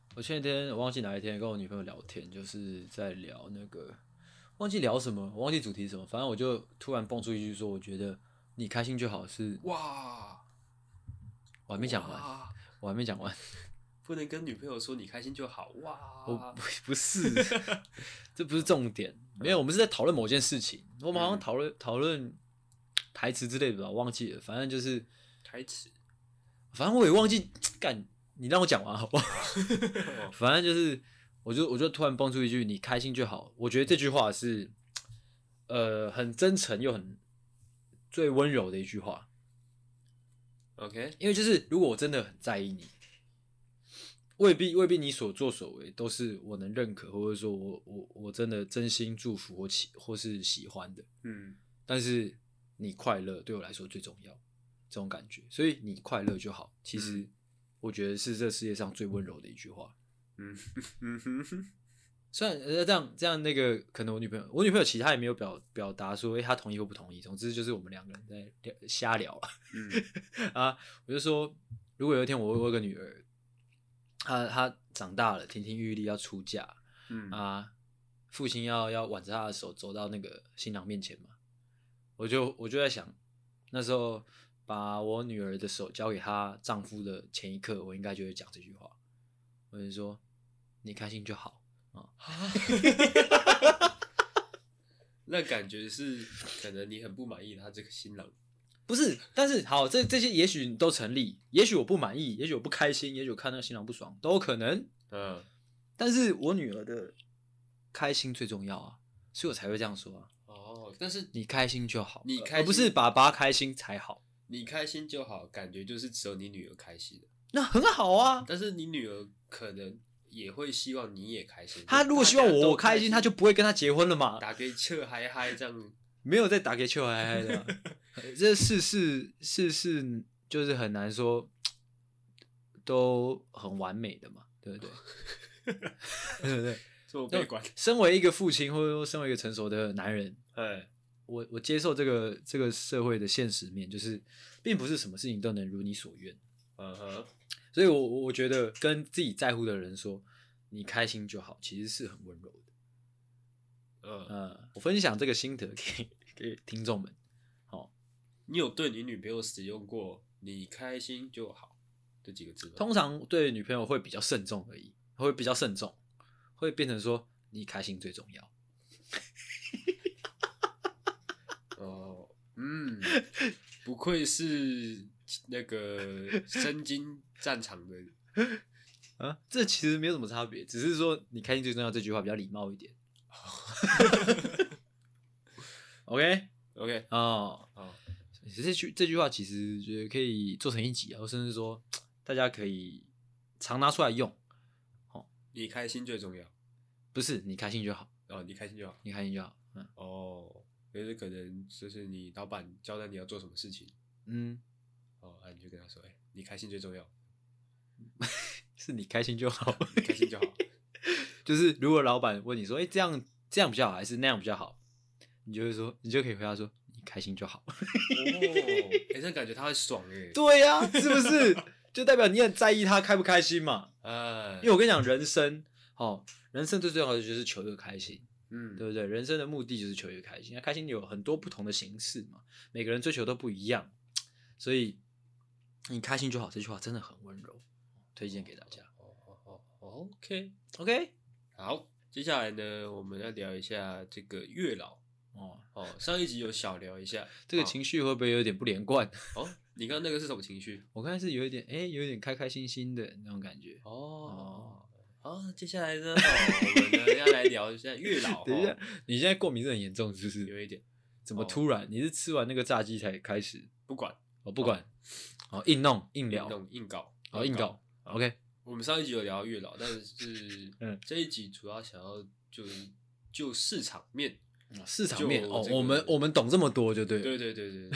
我前几天我忘记哪一天跟我女朋友聊天，就是在聊那个忘记聊什么，我忘记主题是什么，反正我就突然蹦出一句说，我觉得你开心就好是， 哇， 我还没讲完， 哇， 我还没讲完， 不能跟女朋友说你开心就好哇。 不是，这不是重点，没有，我们是在讨论某件事情，我们好像讨论台词之类的吧，我忘记了，反正就是台词， 反正我也忘记干，你让我讲完好不好？反正就是，我就突然蹦出一句“你开心就好”，我觉得这句话是，很真诚又很最温柔的一句话。 OK， 因为就是如果我真的很在意你，未必你所作所为都是我能认可，或者说我真的真心祝福或是喜欢的。 嗯， 但是你快乐对我来说最重要，这种感觉，所以你快乐就好。其实我觉得是这世界上最温柔的一句话。虽然这样那个可能我女朋友其实她也没有表达说她同意或不同意，总之就是我们两个人在瞎聊了。啊，我就说如果有一天我有个女儿，她长大了，亭亭玉立要出嫁，父亲要挽着她的手走到那个新郎面前嘛，我就在想，那时候把我女儿的手交给她丈夫的前一刻，我应该就会讲这句话，我就说你开心就好。 那感觉是可能你很不满意他这个新郎。 不是，但是好，这些也许都成立，也许我不满意，也许我不开心，也许我看那个新郎不爽，都有可能。但是我女儿的开心最重要啊，所以我才会这样说啊。 哦，但是你开心就好， 你开心而不是爸爸开心才好。 你开心就好，感觉就是只有你女儿开心的。 那很好啊。 但是你女儿可能也会希望你也开心。 她如果希望我开心，她就不会跟她结婚了嘛。 打给笑嗨嗨这样。 没有在打给秋嗨嗨的、啊，这世事就是很难说都很完美的嘛，对不对？对不对？ 这么悲观。 身为一个父亲，或者说身为一个成熟的男人，我接受这个社会的现实面，就是并不是什么事情都能如你所愿。所以我觉得跟自己在乎的人说你开心就好，其实是很温柔的。我分享这个心得给听众们。 你有对你女朋友使用过“你开心就好”这几个字吗？ 通常对女朋友会比较慎重而已，会比较慎重，会变成说你开心最重要。 不愧是那个身经战场的这其实没有什么差别，只是说你开心最重要这句话比较礼貌一点。OK 这句话其实觉得可以做成一集啊，甚至说大家可以常拿出来用。 你开心最重要， 不是你开心就好。 你开心就好， 你开心就好。 就是可能就是你老板交代你要做什么事情，你就跟他说，你开心最重要， 是你开心就好， 你开心就好。 就是如果老板问你说，这样比较好，还是那样比较好，你就可以回答说，你开心就好。 这感觉他会爽耶。 对呀，是不是？就代表你很在意他开不开心嘛。因为我跟你讲，人生最重要的就是求一个开心。对不对？人生的目的就是求一个开心。那开心有很多不同的形式嘛，每个人追求都不一样，所以你开心就好这句话真的很温柔，推荐给大家。 OK， 好，接下来呢，我们要聊一下这个月老。上一集有小聊一下， 这个情绪会不会有点不连贯？ 你刚刚那个是什么情绪？ 我刚才是有一点开开心心的那种感觉。 接下来呢，我们呢要来聊一下月老。 等一下，你现在过敏是很严重，是不是？ 有一点。 怎么突然？你是吃完那个炸鸡才开始？ 不管， 不管。硬弄硬聊， 硬搞。 硬搞。OK。 我们上一集有聊月老，但是这一集主要想要就市场面。 市场面我们懂这么多就对了。 对。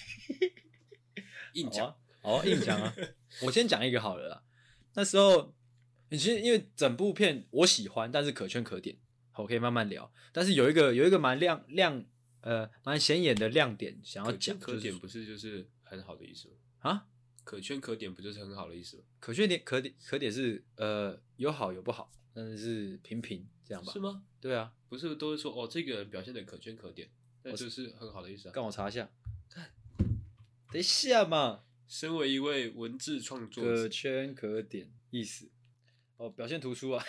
硬讲。 硬讲啊！我先讲一个好了啦。那时候。其实因为整部片我喜欢，但是可圈可点，我可以慢慢聊。但是有一个蛮蛮显眼的亮点想要讲， 可圈可点不是就是很好的意思吗？ 可圈可点不就是很好的意思吗？ 可圈可点是有好有不好，但是平平这样吧？ 是吗？ 对啊， 不是都是说这个人表现的可圈可点，那就是很好的意思啊。 让我查一下，等一下嘛。 身为一位文字创作者， 可圈可点意思表现突出啊！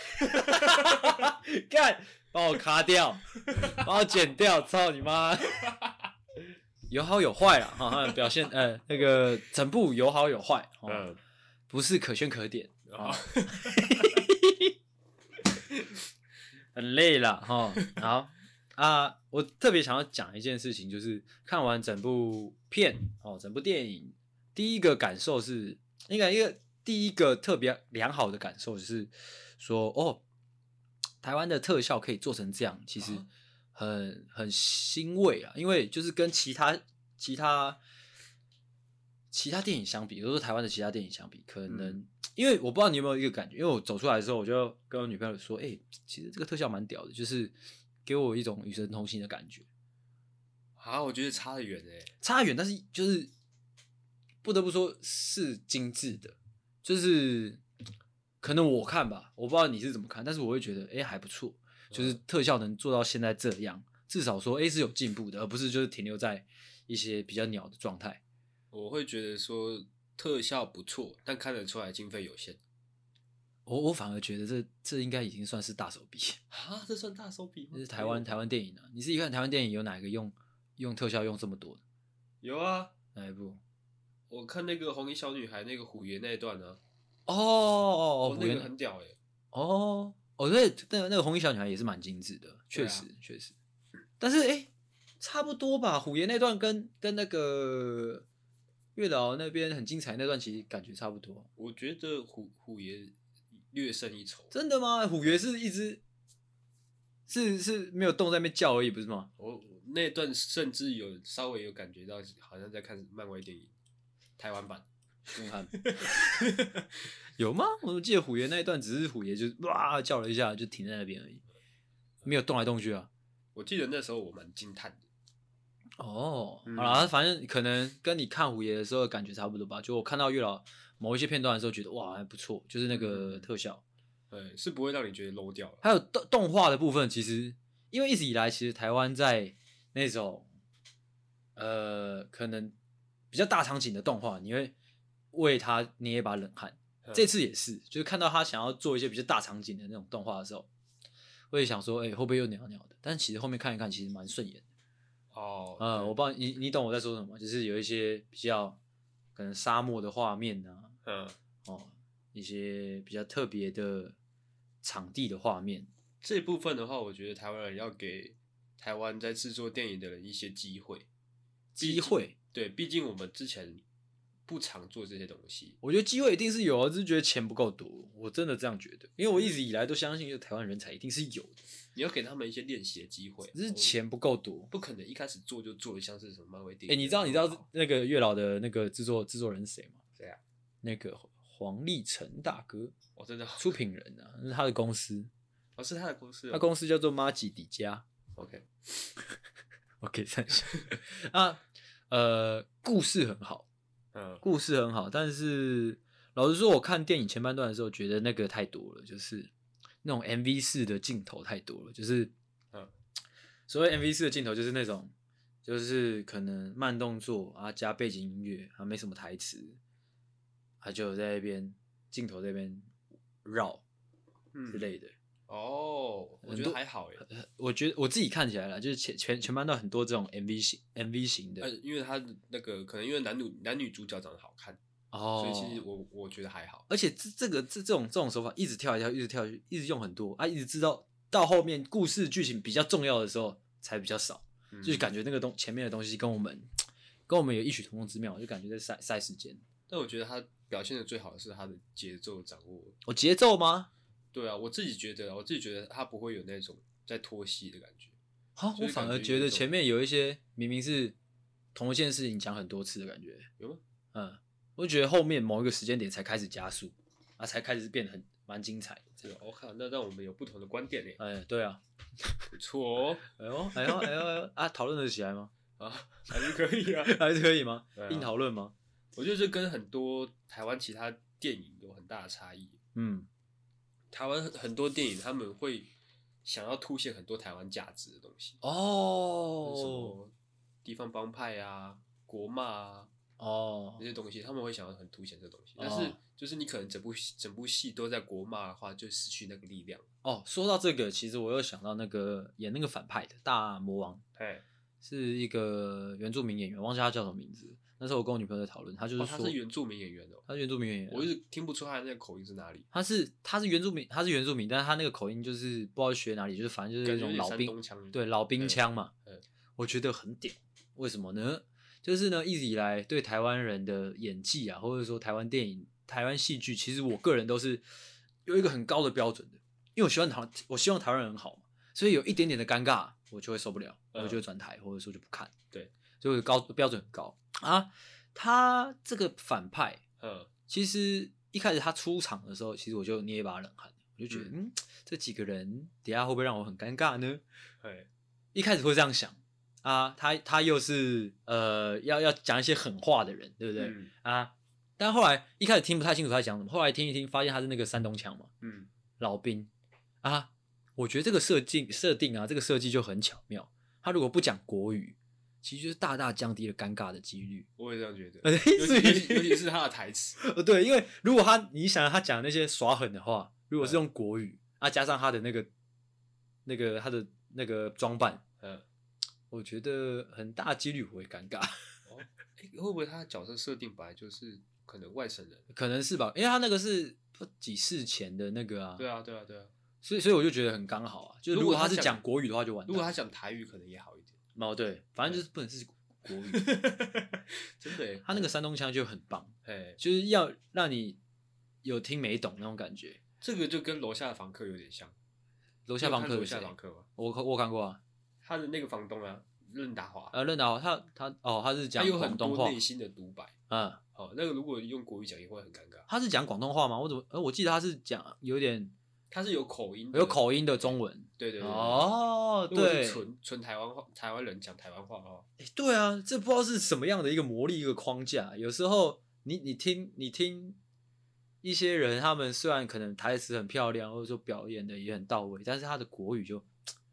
干，帮我卡掉，帮我剪掉，操你妈！有好有坏啦，哈，表现那个整部有好有坏，不是可圈可点啊，很累啦哈。好啊，我特别想要讲一件事情，就是看完整部片整部电影，第一个感受是第一个特别良好的感受就是说台湾的特效可以做成这样，其实很欣慰啊，因为就是跟其他电影相比，比如说台湾的其他电影相比，可能因为我不知道你有没有一个感觉，因为我走出来的时候，我就跟我女朋友说，其实这个特效蛮屌的，就是给我一种与神同行的感觉。 我觉得差得远差得远，但是就是不得不说是精致的，就是可能我看吧，我不知道你是怎么看，但是我会觉得还不错，就是特效能做到现在这样，至少说是有进步的，而不是就是停留在一些比较鸟的状态。 我会觉得说特效不错，但看得出来经费有限。 我反而觉得这应该已经算是大手笔啊！这算大手笔吗？ 这是台湾电影啊！你自己看台湾电影有哪个用特效用这么多的？ 有啊， 哪一部？ 我看那个红衣小女孩那个虎爷那一段呢。 那个很屌对，那个红衣小女孩也是蛮精致的，确实。但是差不多吧，虎爷那段跟那个月老那边很精彩那段，其实感觉差不多。 我觉得虎爷略胜一筹。 真的吗？虎爷是一直是没有动在那边叫而已，不是吗？ 我那段甚至稍微有感觉到，好像在看漫威电影台湾版。 有吗？我记得虎爷那一段只是虎爷就哇叫了一下就停在那边而已，没有动来动去啊。 我记得那时候我蛮惊叹的。 好啦，反正可能跟你看虎爷的时候感觉差不多吧。就我看到月老某一些片段的时候，觉得哇还不错，就是那个特效， 是不会让你觉得 low 掉了。 还有动画的部分，其实因为一直以来，其实台湾在那种可能比较大场景的动画，你会为他捏一把冷汗。这次也是，就是看到他想要做一些比较大场景的那种动画的时候，会想说，会不会又鸟鸟的？但其实后面看一看，其实蛮顺眼的。我不知道你懂我在说什么吗？就是有一些比较可能沙漠的画面啊，一些比较特别的场地的画面。 这部分的话，我觉得台湾人要给台湾在制作电影的人一些机会。对，毕竟我们之前不常做这些东西。 我觉得机会一定是有，只是觉得钱不够多。我真的这样觉得，因为我一直以来都相信，台湾人才一定是有的。 你要给他们一些练习的机会， 只是钱不够多， 不可能一开始做就做的像是什么漫威电影。 你知道那个月老的那个制作人是谁吗？ 谁啊？ 那个黄立成大哥。 真的出品人啊，那是他的公司。 是他的公司。 他公司叫做马吉底加。OK， 三下故事很好。故事很好，但是老实说，我看电影前半段的时候，觉得那个太多了，就是那种 MV 式的镜头太多了，就是所谓 MV 式的镜头，就是那种就是可能慢动作啊，加背景音乐啊，没什么台词，就在那边镜头这边绕之类的。 我觉得还好耶。 我觉得我自己看起来啦，就是前半段很多这种 MV 型的。 因为他那个可能因为男女主角长得好看，所以其实我觉得还好。 而且这种手法一直跳一跳，一直跳，一直用很多一直知道到后面故事剧情比较重要的时候才比较少，就是感觉那个前面的东西跟我们有异曲同工之妙，就感觉在塞时间。 但我觉得他表现的最好的是他的节奏掌握。 节奏吗？ 对啊，我自己觉得他不会有那种在拖戏的感觉。 我反而觉得前面有一些明明是同一件事情讲很多次的感觉。 有吗？ 我觉得后面某一个时间点才开始加速，才开始变得蛮精彩的。 我看那让我们有不同的观点耶。对啊， 不错哦。讨论得起来吗？ 还是可以啊。 还是可以吗？硬讨论吗？ 我觉得这跟很多台湾其他电影有很大的差异。台湾很多电影他们会想要凸显很多台湾价值的东西。 哦， 什么地方帮派啊、国骂啊，那些东西他们会想要很凸显这东西。但是就是你可能整部戏都在国骂的话，就失去那个力量。 说到这个，其实我又想到那个演那个反派的大魔王，是一个原住民演员，忘记他叫什么名字。那时候我跟我女朋友在讨论，他就是说他是原住民演员哦， 他是原住民演员， 我一直听不出他的那个口音是哪里。 他是原住民，但是他那个口音就是不知道学哪里，就是反正就是那种老兵，对老兵腔嘛。我觉得很屌，为什么呢？就是呢，一直以来对台湾人的演技啊，或者说台湾电影、台湾戏剧，其实我个人都是有一个很高的标准的，因为我希望台湾人很好嘛，所以有一点点的尴尬，我就会受不了，我就会转台，或者说就不看。 对， 所以标准很高啊。他这个反派，其实一开始他出场的时候，其实我就捏一把冷汗，我就觉得，这几个人底下会不会让我很尴尬呢？一开始会这样想啊，他又是要讲一些狠话的人，对不对？但后来一开始听不太清楚他在讲什么，后来听一听，发现他是那个山东腔嘛，老兵啊，我觉得这个设定啊，这个设计就很巧妙。他如果不讲国语，其实就是大大降低了尴尬的几率。 我也这样觉得，尤其是他的台词。 对，因为如果你想他讲那些耍狠的话，如果是用国语加上他的那个他的那个装扮，我觉得很大几率会尴尬。 会不会他的角色设定本来就是可能外省人？ 可能是吧，因为他那个是几世前的那个啊。 对啊。 所以我就觉得很刚好啊。就是如果他是讲国语的话就完蛋。 如果他讲台语可能也好一点。 对，反正就是不能是国语。 真的耶， 他那个山东腔就很棒，就是要让你有听没懂那种感觉。 这个就跟楼下的房客有点像。 楼下房客吗？我看过啊。 他的那个房东啊，任达华。 他是讲广东话。 他有很多内心的独白。那个如果用国语讲也会很尴尬。 他是讲广东话吗？我记得他是讲有点。 他是有口音的中文。 对。对。纯台湾人讲台湾话哦。 对啊，这不知道是什么样的一个魔力，一个框架。有时候你听一些人，他们虽然可能台词很漂亮，或者说表演的也很到位，但是他的国语就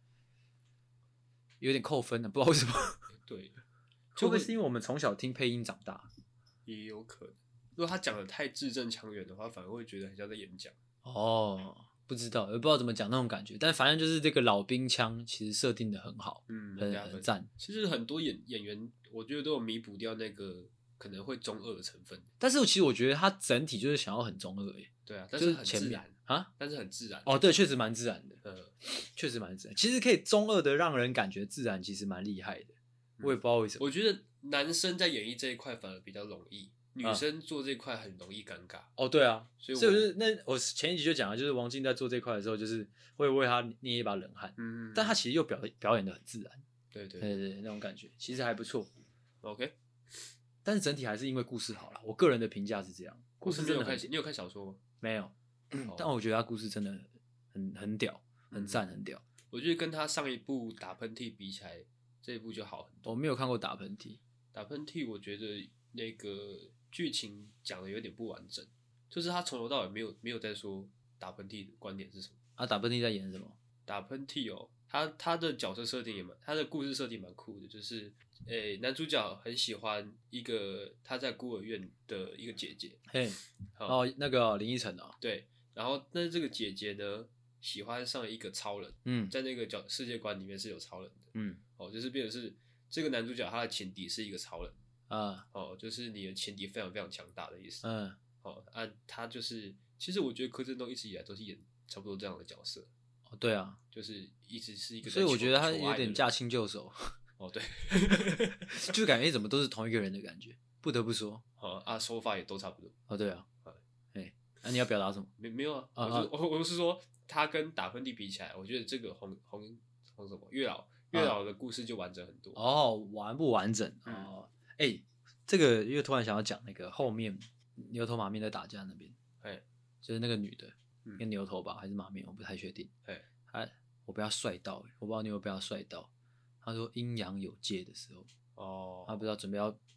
有点扣分了，不知道为什么。 对， 会不会是因为我们从小听配音长大？ 也有可能。如果他讲的太字正腔圆的话，反而会觉得很像在演讲。 不知道，也不知道怎么讲那种感觉，但反正就是这个老兵腔其实设定的很好，很赞。 其实很多演员，我觉得都有弥补掉那个可能会中二的成分。 但是其实我觉得他整体就是想要很中二耶。 对啊，但是很自然啊， 但是很自然。 对，确实蛮自然的。确实蛮自然。其实可以中二的让人感觉自然，其实蛮厉害的。我也不知道为什么。 我觉得男生在演绎这一块反而比较容易。女生做这块很容易尴尬。 对啊，所以我前一集就讲了，就是王静在做这块的时候，就是会为他捏一把冷汗。但他其实又表演的很自然。对，那种感觉其实还不错。 OK， 但是整体还是因为故事好了，我个人的评价是这样。 故事真的你有看小说吗？ 没有，但我觉得他故事真的很屌，很赞，很屌。 我觉得跟他上一部打喷嚏比起来，这一部就好很多。 我没有看过打喷嚏。 打喷嚏，我觉得那个剧情讲的有点不完整，就是他从头到尾没有在说打喷嚏的观点是什么。 打喷嚏在演什么？ 打喷嚏他的角色设定他的故事设定蛮酷的，就是男主角很喜欢一个他在孤儿院的一个姐姐。那个林依晨对，然后但是这个姐姐呢喜欢上一个超人。在那个世界观里面是有超人的。就是变成是这个男主角他的情敌是一个超人。就是你的情敌非常非常强大的意思。他就是其实我觉得柯震东一直以来都是演差不多这样的角色。 对啊， 就是一直是一个， 所以我觉得他有点驾轻就熟。 对， 就感觉怎么都是同一个人的感觉，不得不说。 手法也都差不多。 对啊。你要表达什么？ 没有啊。我是说他跟打喷嚏比起来，我觉得这个红什么月老的故事就完整很多。 完不完整？这个又突然想要讲那个后面牛头马面在打架那边。就是那个女的跟牛头吧，还是马面，我不太确定。我被他帅到，我不知道你有被他帅到。他说阴阳有界的时候，他不知道准备要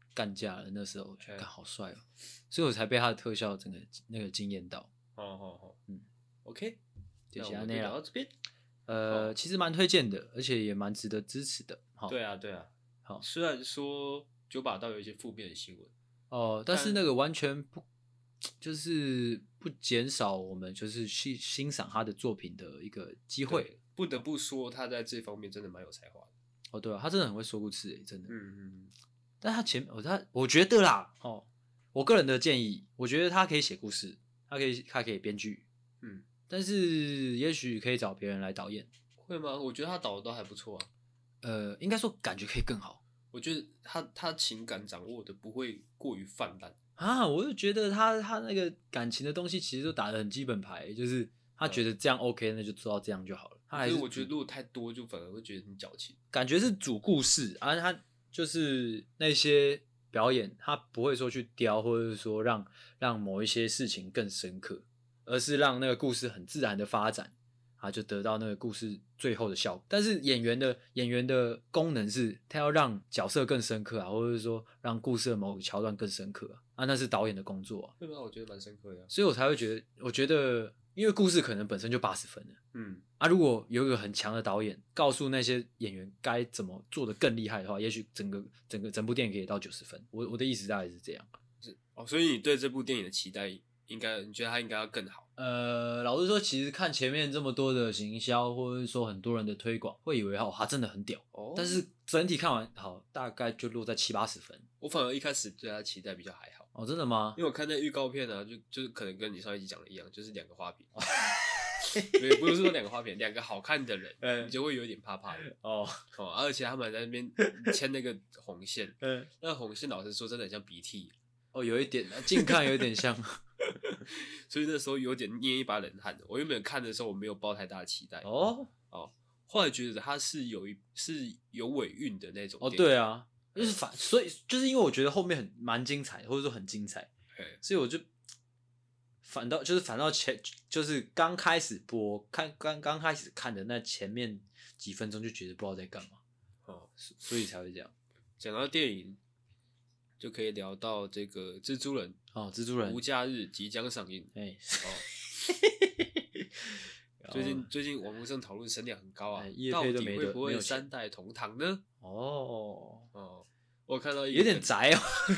干架了，那时候干好帅哦，所以我才被他的特效整个那个惊艳到。 好，OK， 就先那聊到这边。 其实蛮推荐的，而且也蛮值得支持的。 对啊。好，虽然说九把刀有一些负面的新闻但是那个完全不就是不减少我们就是去欣赏他的作品的一个机会。 不得不说，他在这方面真的蛮有才华的。 对啊，他真的很会说故事真的。但他我觉得啦，我个人的建议，我觉得他可以写故事，他可以编剧，但是也许可以找别人来导演。 会吗？我觉得他导的都还不错啊。 应该说感觉可以更好。 我觉得他情感掌握的不会过于泛滥啊，我就觉得他那个感情的东西其实都打得很基本牌，就是他觉得这样 OK，那就做到这样就好了。 可是我觉得如果太多，就反而会觉得很矫情。 感觉是主故事啊，他就是那些表演，他不会说去雕，或者是说让某一些事情更深刻，而是让那个故事很自然的发展，就得到那个故事最后的效果。但是演员的功能是，他要让角色更深刻或者是说让故事的某个桥段更深刻那是导演的工作对吧？我觉得蛮深刻的所以我才会觉得，因为故事可能本身就80分了，如果有一个很强的导演告诉那些演员该怎么做得更厉害的话，也许整部电影可以到90分。我的意思大概是这样。 所以你对这部电影的期待，你觉得它应该要更好？ 老实说，其实看前面这么多的行销，或者是说很多人的推广，会以为它真的很屌但是整体看完，大概就落在70-80分。 我反而一开始对它期待比较还好。 真的吗？ 因为我看那预告片就是可能跟你上一集讲的一样，就是2个花瓶。也不是说2个花瓶，2个好看的人，你就会有点怕怕的而且他们在那边牵那个红线，那个红线老实说真的很像鼻涕有一点近看有点像所以那时候有点捏一把冷汗的。我原本看的时候我没有抱太大的期待后来觉得它是有尾韵的那种对啊，所以就是因为我觉得后面蛮精彩，或者说很精彩，所以我就反倒就是刚开始播刚开始看的那前面几分钟就觉得不知道在干嘛所以才会这样。 讲到电影，就可以聊到这个蜘蛛人无假日即将上映最近网络上讨论声量很高到底会不会3代同堂呢？我看到一个有点宅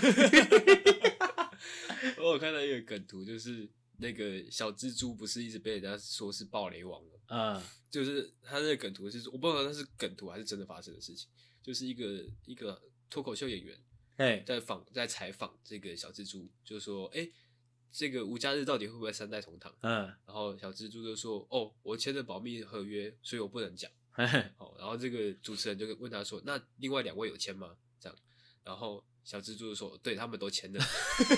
我有看到一个梗图，就是那个小蜘蛛不是一直被人家说是暴雷王吗？就是他那个梗图是我不知道那是梗图还是真的发生的事情，就是一个脱口秀演员在采访这个小蜘蛛，就说这个无假日到底会不会3代同堂？然后小蜘蛛就说我签了保密合约，所以我不能讲。然后这个主持人就问他说，那另外2位有签吗？这样，然后小蜘蛛就说，对，他们都签了。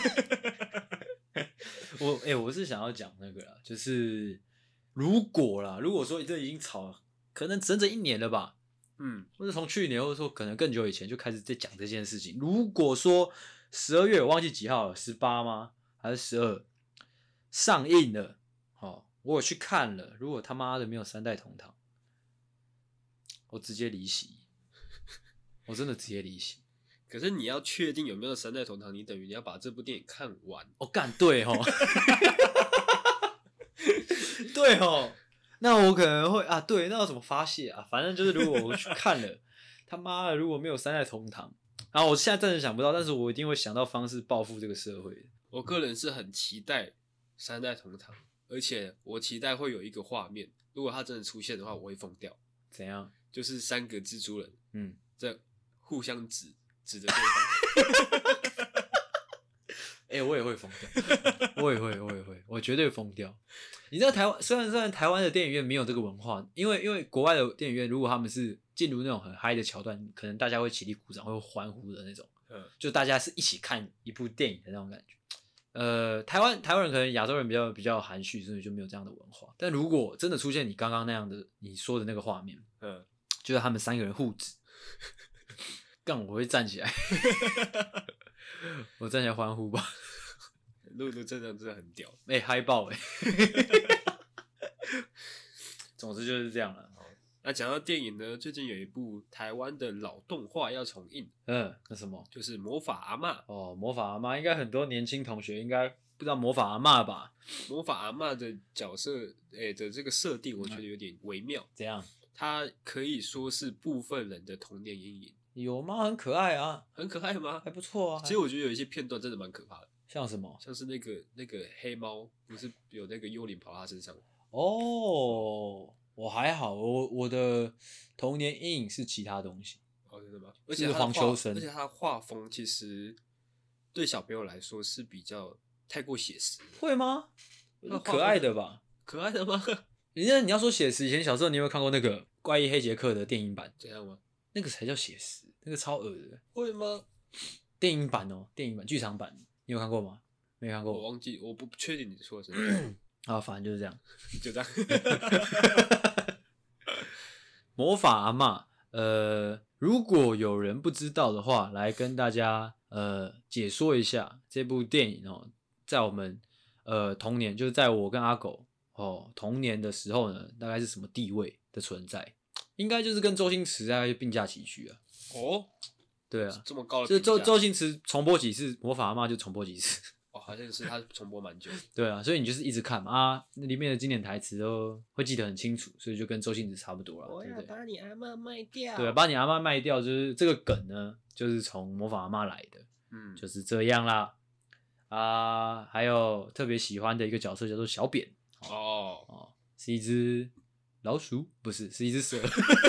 我是想要讲那个啦，就是如果说这已经吵了，可能整整1年了吧，或者从去年，或者说可能更久以前就开始在讲这件事情。如果说12月我忘记几号了，18吗？还是12上映了？我有去看了。如果他妈的没有3代同堂，我直接离席，我真的直接离席。 可是你要确定有没有3代同堂，你等于你要把这部电影看完。 对对那我可能会对，那要怎么发泄反正就是如果我去看了，他妈的如果没有3代同堂，我现在暂时想不到，但是我一定会想到方式报复这个社会。 我个人是很期待3代同堂，而且我期待会有一个画面，如果它真的出现的话，我会疯掉。 怎样？ 就是3个蜘蛛人，在互相指着对方。 我也会疯掉，我也会，我绝对疯掉。你知道台湾虽然台湾的电影院没有这个文化，因为国外的电影院如果他们是进入那种很嗨的桥段，可能大家会起立鼓掌，会欢呼的那种，就大家是一起看一部电影的那种感觉。台湾人可能亚洲人比较含蓄，所以就没有这样的文化。但如果真的出现你刚刚那样的你说的那个画面，就是他们3个人互指，干我会站起来，我站起来欢呼吧。 路真的很屌， 嗨爆总之就是这样了。 那讲到电影呢，最近有一部台湾的老动画要重映， 那什么？ 就是《魔法阿嬷》。 魔法阿嬷应该很多年轻同学应该不知道魔法阿嬷吧？ 魔法阿嬷的角色，的这个设定，我觉得有点微妙。 怎样？ 它可以说是部分人的童年阴影。 有吗？很可爱啊， 很可爱吗？ 还不错啊。 其实我觉得有一些片段真的蛮可怕的。 像什么？ 像是那个黑猫，不是有那个幽灵跑到他身上？ 我还好，我的童年阴影是其他东西。 真的吗？ 而且黄秋生， 而且他的画风其实对小朋友来说是比较太过写实。 会吗？可爱的吧？ 可爱的吗？ 你要说写实，以前小时候你有没有看过那个怪异黑杰克的电影版？ 这样吗？ 那个才叫写实，那个超恶的。 会吗？ 电影版剧场版，你有看过吗？没看过。 我忘记，我不确定你说的是什么。 反正就是这样， 就这样。 魔法阿嬷，如果有人不知道的话，来跟大家解说一下这部电影哦，在我们童年，就是在我跟阿狗童年的时候呢，大概是什么地位的存在？应该就是跟周星驰大概并驾齐驱啊。对啊， 这么高的评价，就周星驰重播几次，魔法阿嬷就重播几次。 好像是他重播蛮久。 对啊，所以你就是一直看嘛那里面的经典台词都会记得很清楚，所以就跟周星驰差不多了。 我要把你阿嬷卖掉。 对，把你阿嬷卖掉，就是这个梗呢，就是从魔法阿嬷来的。就是这样啦。还有特别喜欢的一个角色叫做小扁。是一只老鼠，不是，是一只蛇。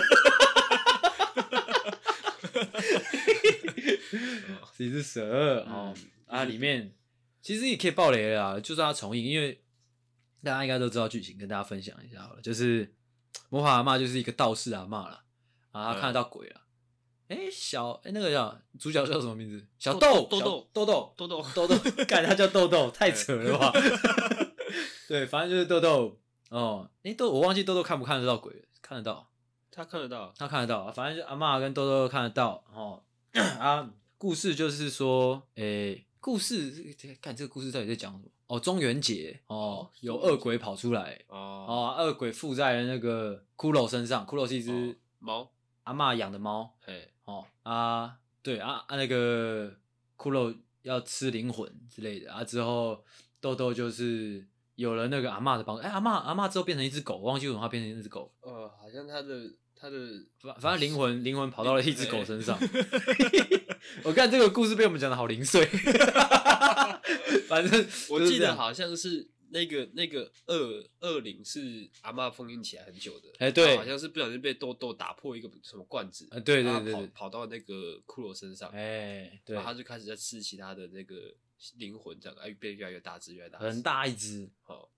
是一只蛇里面其实也可以爆雷了啦，就是它重映，因为大家应该都知道剧情，跟大家分享一下好了。就是魔法阿嬷就是一个道士阿嬷啦，她看得到鬼啦。那个叫主角叫什么名字？小豆豆，干他叫豆豆，太扯了吧？对，反正就是豆豆我忘记豆豆看不看得到鬼了，看得到， 他看得到，反正就阿嬷跟豆豆看得到故事就是说，故事看这个故事到底在讲什么？中元节有恶鬼跑出来恶鬼附在了那个骷髅身上，骷髅是一只猫， 阿嬷养的猫，对那个骷髅要吃灵魂之类的之后豆豆就是有了那个阿嬷的帮助，阿嬷之后变成一只狗，我忘记为什么它变成一只狗， 好像他的反正灵魂跑到了一只狗身上。我看这个故事被我们讲的好零碎。反正我记得好像是那个恶灵是阿嬷封印起来很久的， 对， 好像是不小心被豆豆打破一个什么罐子， 对， 跑到那个骷髅身上， 对， 然后他就开始在吃其他的那个灵魂，这样变越来越大只，越来越大只， 很大一只，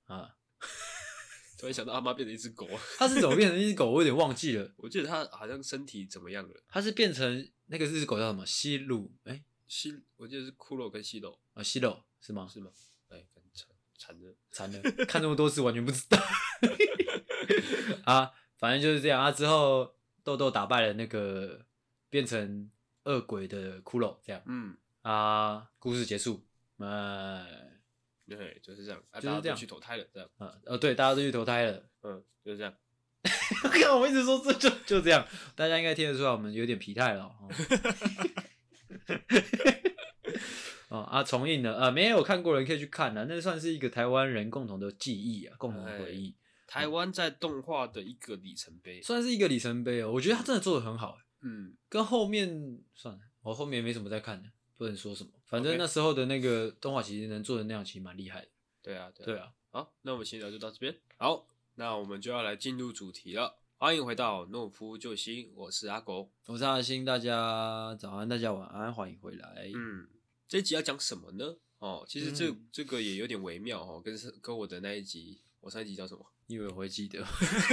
突然想到阿嬷变成一只狗， 它是怎么变成一只狗？我有点忘记了。 我记得它好像身体怎么样了？ 它是变成那个只狗叫什么？西鲁？ 我记得是骷髅跟西斗西斗是吗？ 是吗？ 惨了，看这么多次完全不知道。反正就是这样之后豆豆打败了那个变成恶鬼的骷髅，这样。故事结束。 对，就是这样。 就是这样。 大家都去投胎了，这样。 对，大家都去投胎了。 就是这样。 看我一直说就这样，大家应该听得出来我们有点疲态了。重映了，没有看过的人可以去看那算是一个台湾人共同的记忆共同的回忆。 台湾在动画的一个里程碑， 算是一个里程碑我觉得他真的做得很好。跟后面算了，我后面没什么在看的，不能说什么。反正那时候的那个动画其实能做的那样，其实蛮厉害的。对啊。 好，那我们先聊就到这边。好，那我们就要来进入主题了。欢迎回到懦夫救星，我是阿狗， 我是阿星，大家早安，大家晚安，欢迎回来。 这一集要讲什么呢？其实这个也有点微妙跟我的那一集，我上一集叫什么？ 你以为我会记得？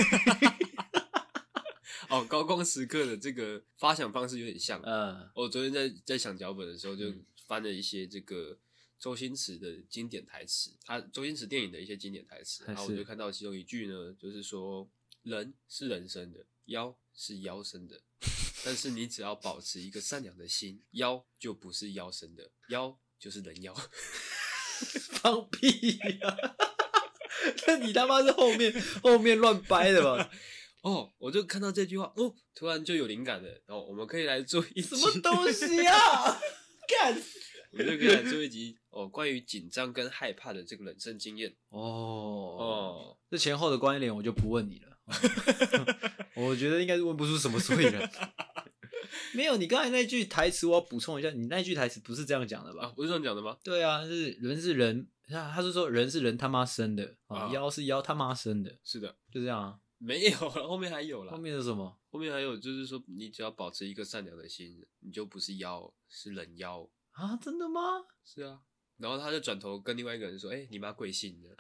高光时刻的这个发想方式有点像。我昨天在想脚本的时候，就翻了一些这个周星驰的经典台词，周星驰电影的一些经典台词，然后我就看到其中一句呢，就是说人是人生的，妖是妖生的，但是你只要保持一个善良的心，妖就不是妖生的，妖就是人妖。 放屁呀！那你他妈是后面乱掰的吧？ 哦，我就看到这句话，哦，突然就有灵感了。然后我们可以来做一集什么东西啊？干！ 我们就可以来做一集关于紧张跟害怕的这个人生经验。 这前后的关联我就不问你了。我觉得应该是问不出什么所以然。没有，你刚才那句台词我要补充一下，你那句台词不是这样讲的吧？ 不是这样讲的吗？ 对啊，是人，他是说人是人他妈生的，妖是妖他妈生的。 是的， 就这样啊。 没有了，后面还有啦。 后面是什么？ 后面还有就是说，你只要保持一个善良的心，你就不是妖，是人妖啊？真的吗？ 是啊。然后他就转头跟另外一个人说：“你妈贵姓的？”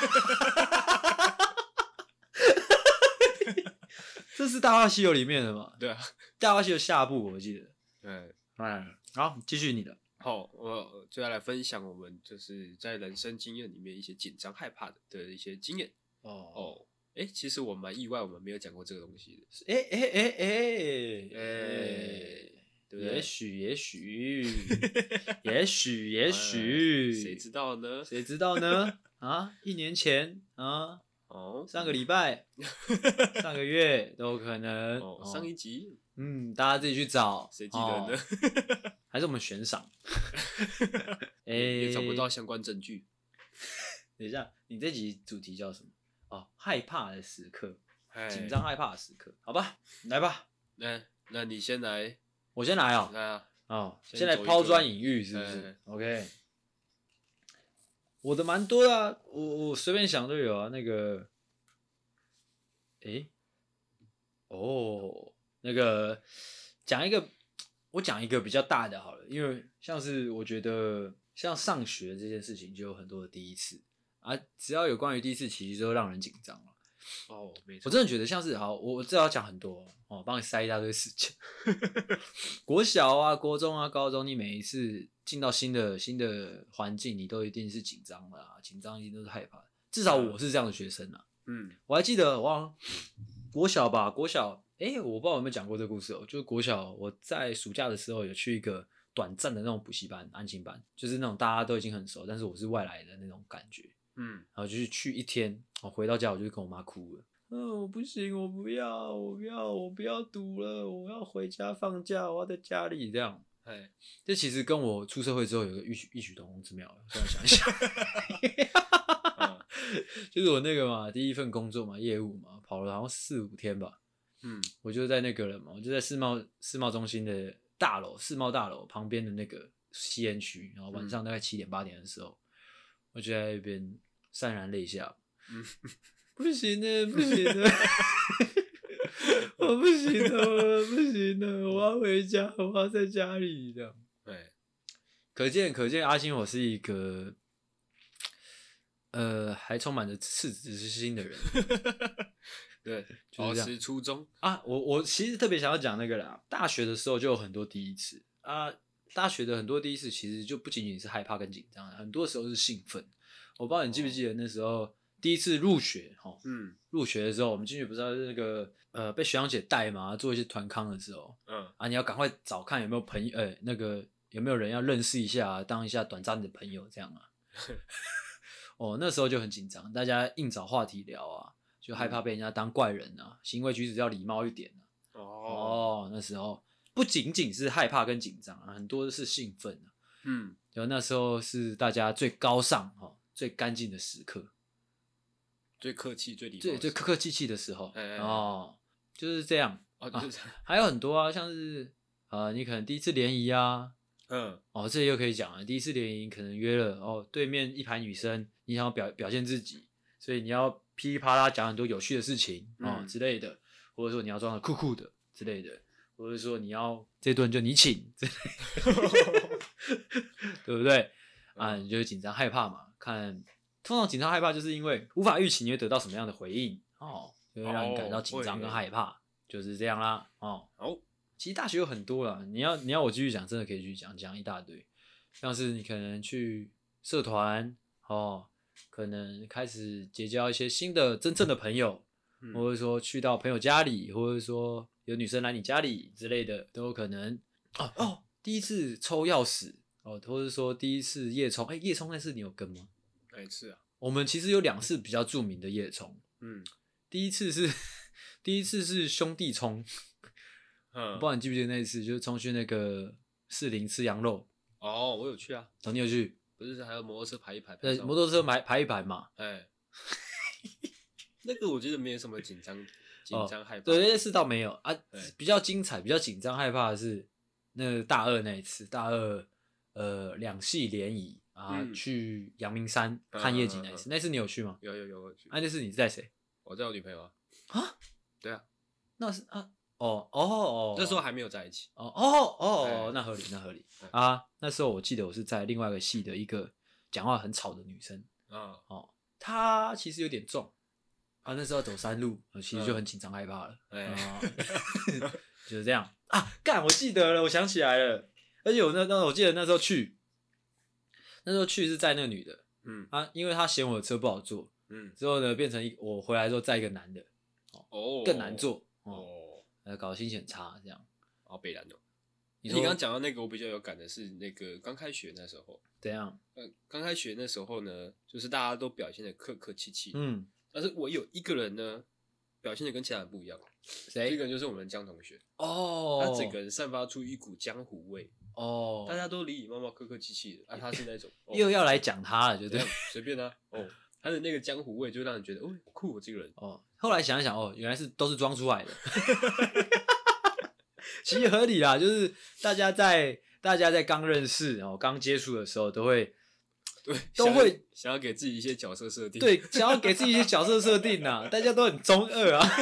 这是《大话西游》里面的嘛？ 对啊，《 大话西游》下部我记得。 对， 好，继续你的。 好，我就要来分享我们就是在人生经验里面一些紧张害怕的一些经验。其实我蛮意外，我们没有讲过这个东西的。对不对？ 也许， 谁知道呢？ 谁知道呢？啊，1年前啊，上个礼拜、上个月都有可能。 上一集， 大家自己去找， 谁记得呢？ 还是我们悬赏？ 也找不到相关证据。 等一下，你这集主题叫什么？害怕的时刻，紧张害怕的时刻，好吧，来吧。 那你先来， 我先来哦。 来啊， 先来抛砖引玉，是不是 ？OK， 我的蛮多的啊，我随便想都有啊。那个，那个我讲一个比较大的好了，因为像是我觉得像上学这件事情就有很多的第一次啊，只要有关于第一次，其实都让人紧张了。 没错， 我真的觉得像是我至少要讲很多帮你塞一大堆时间。国小啊、国中啊、高中，你每一次进到新的环境，你都一定是紧张的啊，紧张一定都是害怕的。至少我是这样的学生啊。我还记得国小吧，我不知道有没有讲过这个故事就是国小我在暑假的时候有去一个短暂的那种补习班、安亲班，就是那种大家都已经很熟，但是我是外来的那种感觉。然后就是去一天，回到家我就跟我妈哭了。我不行，我不要读了，我要回家放假，我要在家里这样。这其实跟我出社会之后有个异曲同工之妙，这样想一想。就是我那个嘛，第一份工作嘛，业务嘛，跑了好像4-5天吧。我就在那个人嘛，我就在世贸中心的世贸大楼旁边的那个吸烟区，然后晚上大概7点8点的时候，我就在那边潸然泪下。不行了，我不行了，我要回家，我要在家里这样。可见阿星我是一个还充满着赤子之心的人。 对，保持初衷啊。我其实特别想要讲那个啦，大学的时候就有很多第一次啊。大学的很多第一次其实就不仅仅是害怕跟紧张，很多时候是兴奋。我不知道你记不记得那时候第一次入学入学的时候，我们进去不是要那个被学长姐带嘛，做一些团康的时候，你要赶快找看有没有朋友，那个有没有人要认识一下，当一下短暂的朋友这样啊。那时候就很紧张，大家硬找话题聊啊，就害怕被人家当怪人啊，行为举止要礼貌一点啊。那时候不仅仅是害怕跟紧张很多是兴奋啊。就那时候是大家最高尚最干净的时刻， 最客气、最礼貌、 最客客气气的时候。就是这样还有很多啊，像是你可能第一次联谊啊。这又可以讲了。第一次联谊可能约了对面一排女生，你想要表现自己，所以你要噼里啪啦讲很多有趣的事情之类的，或者说你要装的酷酷的之类的，或者说你要这顿就你请之类的，对不对？你就会紧张害怕嘛。通常紧张害怕就是因为无法预期你会得到什么样的回应就会让你感到紧张跟害怕，就是这样啦。其实大学有很多啦，你要我继续讲，真的可以继续讲一大堆，像是你可能去社团可能开始结交一些新的真正的朋友，或者说去到朋友家里，或者说有女生来你家里之类的都有可能。第一次抽钥匙或者说第一次夜冲，夜冲那次你有跟吗？ 哪一次啊？ 我们其实有2次比较著名的夜冲。第一次是第一次是兄弟冲，不知道你记不记得那一次，就是冲去那个士林吃羊肉。 哦，我有去啊。 你有去？ 不是还有摩托车排一排？ 对，摩托车排一排嘛。 那个我觉得没有什么紧张害怕。 对，那次倒没有啊。比较精彩、比较紧张害怕的是那个大二那一次，大二2系联谊啊，去阳明山看夜景那一次。那次你有去吗？ 有去。 那次你在谁？ 我在我女朋友啊。 啊？ 对啊。 那是啊。 那时候还没有在一起。 那合理啊。那时候我记得我是在另外一个系的一个讲话很吵的女生。她其实有点重啊。那时候走山路，其实就很紧张害怕了。就是这样啊。干，我记得了，我想起来了。而且我记得那时候去是载那个女的。因为她嫌我的车不好坐。之后呢，变成我回来之后载一个男的。更难坐。搞得心情很差，这样。 北兰哦。你刚刚讲到那个，我比较有感的是那个刚开学那时候。 怎样？ 刚开学那时候呢，就是大家都表现的客客气气。但是我有一个人呢，表现的跟其他人不一样。 谁？ 这个人就是我们江同学。他整个人散发出一股江湖味。大家都礼礼貌貌、客客气气的。他是那种又要来讲他了，就对。 随便啊。他的那个江湖味就让人觉得酷，这个人。 后来想一想，原来都是装出来的。其实合理啦，就是大家在刚认识刚接触的时候，都会想要给自己一些角色设定。 对，想要给自己一些角色设定啊。大家都很中二啊。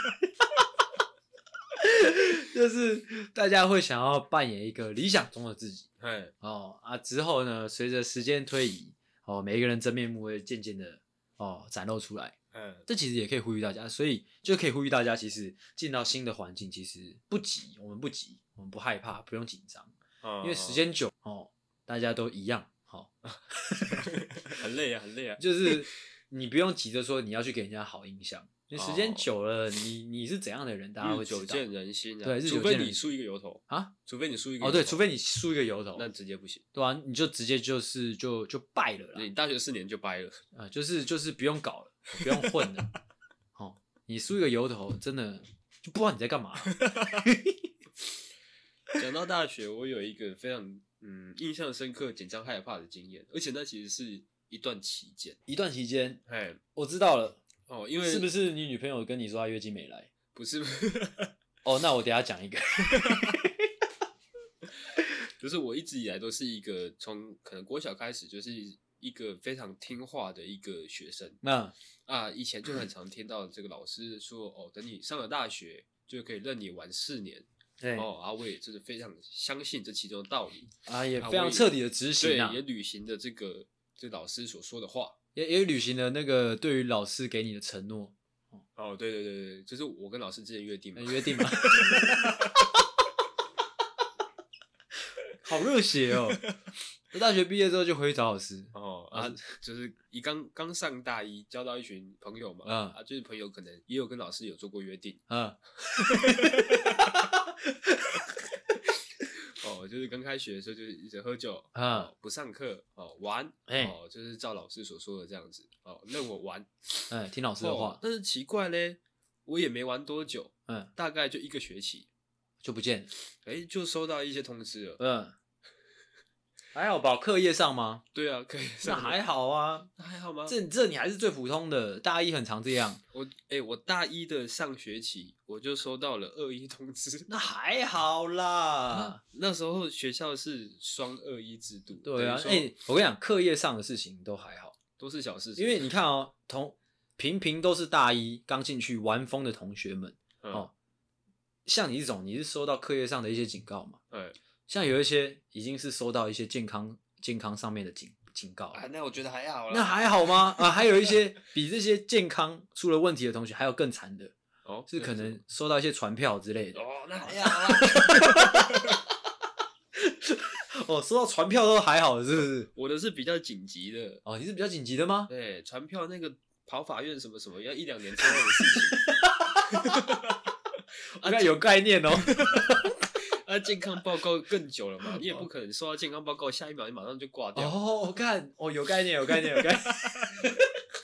就是大家会想要扮演一个理想中的自己。之后呢，随着时间推移，每一个人真面目会渐渐的展露出来。这其实也可以呼吁大家，所以就可以呼吁大家，其实进到新的环境，其实不急，我们不害怕，不用紧张。因为时间久大家都一样。 很累啊。 就是你不用急着说你要去给人家好印象。时间久了，你是怎样的人，大家会知道。 日久见人心啊。 对， 除非你梳一个油头啊， 除非你梳一个对，除非你梳一个油头， 那直接不行。 对啊，你就直接就败了啦。 你大学4年就掰了就是不用搞了，不用混了。你梳一个油头，真的就不知道你在干嘛。 讲到大学，我有一个非常印象深刻、紧张害怕的经验，而且那其实是一段期间。我知道了。 因为是不是你女朋友跟你说她月经没来？ 不是。 那我等一下讲一个。 就是我一直以来都是一个从可能国小开始就是一个非常听话的一个学生。以前就很常听到这个老师说等你上了大学就可以任你玩4年。我也真的非常相信这其中的道理。 也非常彻底的执行。 对，也履行的这老师所说的话。 也履行了那个对于老师给你的承诺。 对，这是我跟老师之间约定嘛。 好热血哦！我大学毕业之后就回去找老师。 就是刚上大一，交到一群朋友嘛。就是朋友可能也有跟老师有做过约定。就是刚开学的时候，就是一直喝酒不上课玩就是照老师所说的这样子任我玩听老师的话。 但是奇怪咧，我也没玩多久，大概就1个学期就不见了。就收到一些通知了。 还好吧？课业上吗？ 对啊，课业上。 那还好啊。 那还好吗？ 这你还是最普通的，大一很常这样。 我大一的上学期我就收到了2-1通知。 那还好啦。 那时候学校是双2-1制度。 对啊。我跟你讲，课业上的事情都还好， 都是小事情。 因为你看平平都是大一刚进去玩疯的同学们像你这种，你是收到课业上的一些警告嘛？像有一些已经是收到一些健康上面的警告。 那我觉得还好啦。 那还好吗？还有一些比这些健康出了问题的同学还有更惨的。是可能收到一些传票之类的。 那还好啦。 收到传票都还好，是不是？ 我的是比较紧急的。 你是比较紧急的吗？ 对，传票那个跑法院什么什么要1-2年之后的事情。 大概有概念哦。 健康报告更久了嘛，你也不可能收到健康报告，下一秒你马上就挂掉。 有概念。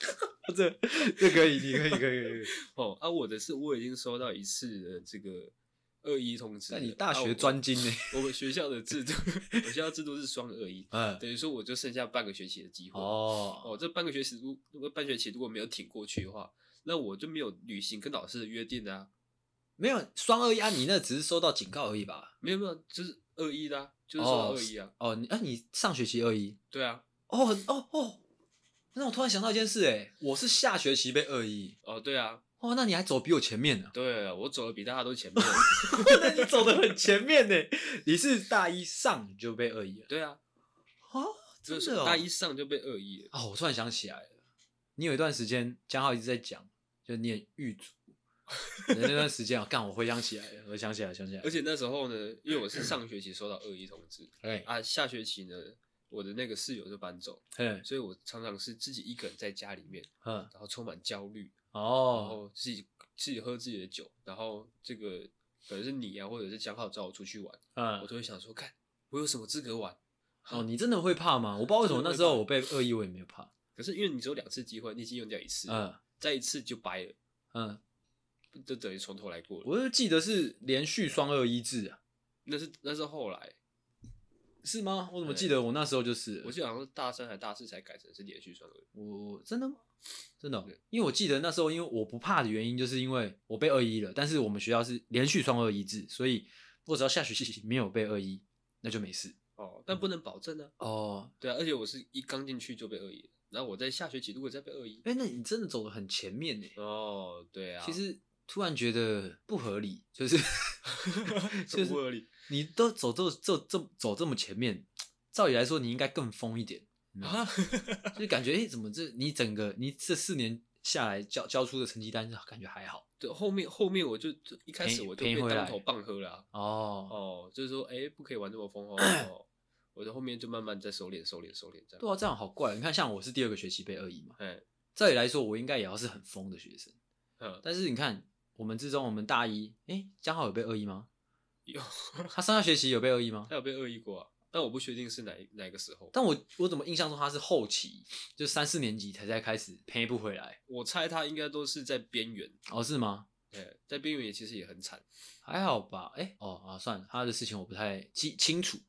这可以，你可以。 哦啊，我的是我已经收到一次的这个21通知。 那你大学专精呢？ 我们学校的制度，我学校制度是双21，等于说我就剩下半个学期的机会。这半个学期如果没有挺过去的话，那我就没有履行跟老师的约定啊。 没有双21啊，你那只是收到警告而已吧？ 没有，就是21的啊，就是收到21啊。 你上学期21？ 对啊。 那我突然想到一件事，我是下学期被21。 对啊。 那你还走比我前面呢？ 对啊，我走的比大家都前面。 那你走的很前面呢，你是大一上就被21了？ 对啊。 真的大一上就被21了。 我突然想起来了，你有一段时间江浩一直在讲，就念狱卒。那段时间我回想起来了，想起来。 而且那时候呢，因为我是上学期收到21通知，下学期呢，我的那个室友就搬走，所以我常常是自己一个人在家里面，然后充满焦虑，然后自己喝自己的酒，然后这个可能是你啊，或者是江浩找我出去玩，我都会想说，看我有什么资格玩？ 你真的会怕吗？我不知道为什么那时候我被21，我也没有怕。 可是因为你只有2次机会，你已经用掉1次，再1次就掰了，就等于从头来过了。 我就记得是连续双21制啊， 那是后来， 是吗？我怎么记得我那时候就是？ 我记得好像是大3还大4才改成是连续双21。 我真的吗？真的，因为我记得那时候，因为我不怕的原因，就是因为我被21了，但是我们学校是连续双21制，所以我只要下学期没有被21，那就没事。 但不能保证啊。对啊，而且我是一刚进去就被21了。然后我在下学期如果再被21， 那你真的走得很前面呢。 对啊。 其实突然觉得不合理，就是不合理。 你都走这么前面，照理来说你应该更疯一点啊！就是感觉怎么你这4年下来交出的成绩单，感觉还好。 对，后面我就一开始我就被当头棒喝了就是说不可以玩这么疯我在后面就慢慢在收敛这样。 对啊，这样好怪。你看，像我是第2个学期被21嘛，照理来说我应该也要是很疯的学生。但是你看我们之中，我们大一，江浩有被21吗？ 有。 他上下学期有被21吗？ 他有被21过啊，但我不确定是哪个时候。 但我怎么印象中他是后期，就3、4年级才开始赔不回来。 我猜他应该都是在边缘。 是吗？ 在边缘其实也很惨。 还好吧。算了，他的事情我不太清楚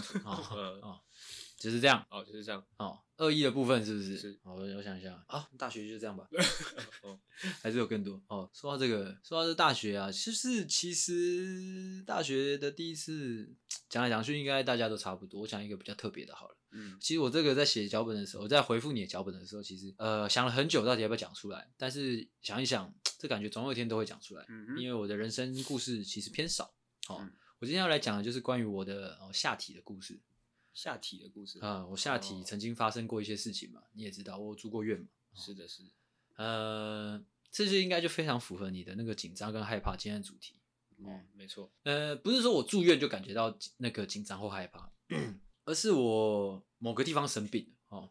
就是这样。 就是这样。 21的部分是不是？ 是。 我想一下。大学就这样吧。还是有更多。说到这大学啊，其实大学的第一次讲来讲去，应该大家都差不多。我讲一个比较特别的好了。其实我这个在写脚本的时候，在回复你的脚本的时候，其实想了很久，到底要不要讲出来？但是想一想，这感觉总有一天都会讲出来。因为我的人生故事其实偏少。我今天要来讲的就是关于我的下体的故事。 下体的故事我下体曾经发生过一些事情嘛，你也知道，我有住过院嘛。 是的。 这就应该就非常符合你的那个紧张跟害怕今天的主题。 没错。 不是说我住院就感觉到那个紧张或害怕，而是我某个地方生病了。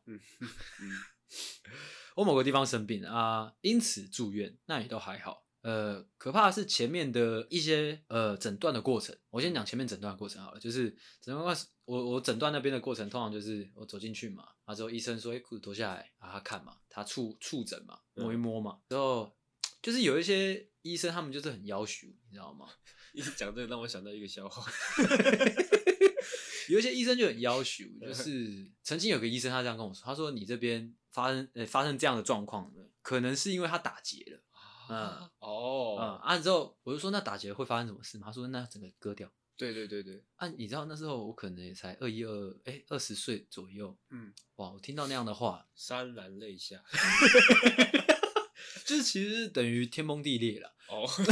我某个地方生病啊，因此住院，那也都还好。可怕的是前面的一些诊断的过程。我先讲前面诊断的过程好了，就是诊断我诊断那边的过程，通常就是我走进去嘛，然后之后医生说裤子脱下来，他看嘛，他触诊嘛，摸一摸嘛，之后就是有一些医生他们就是很要求，你知道吗？ 一直讲这个让我想到一个笑话。 有一些医生就很要求，就是曾经有个医生他这样跟我说，他说你这边发生这样的状况呢，可能是因为他打结了。之后我就说那打结会发生什么事吗？他说那整个割掉。 对。 你知道那时候我可能也才20岁左右。哇，我听到那样的话， 潸然泪下。 就是其实等于天崩地裂了。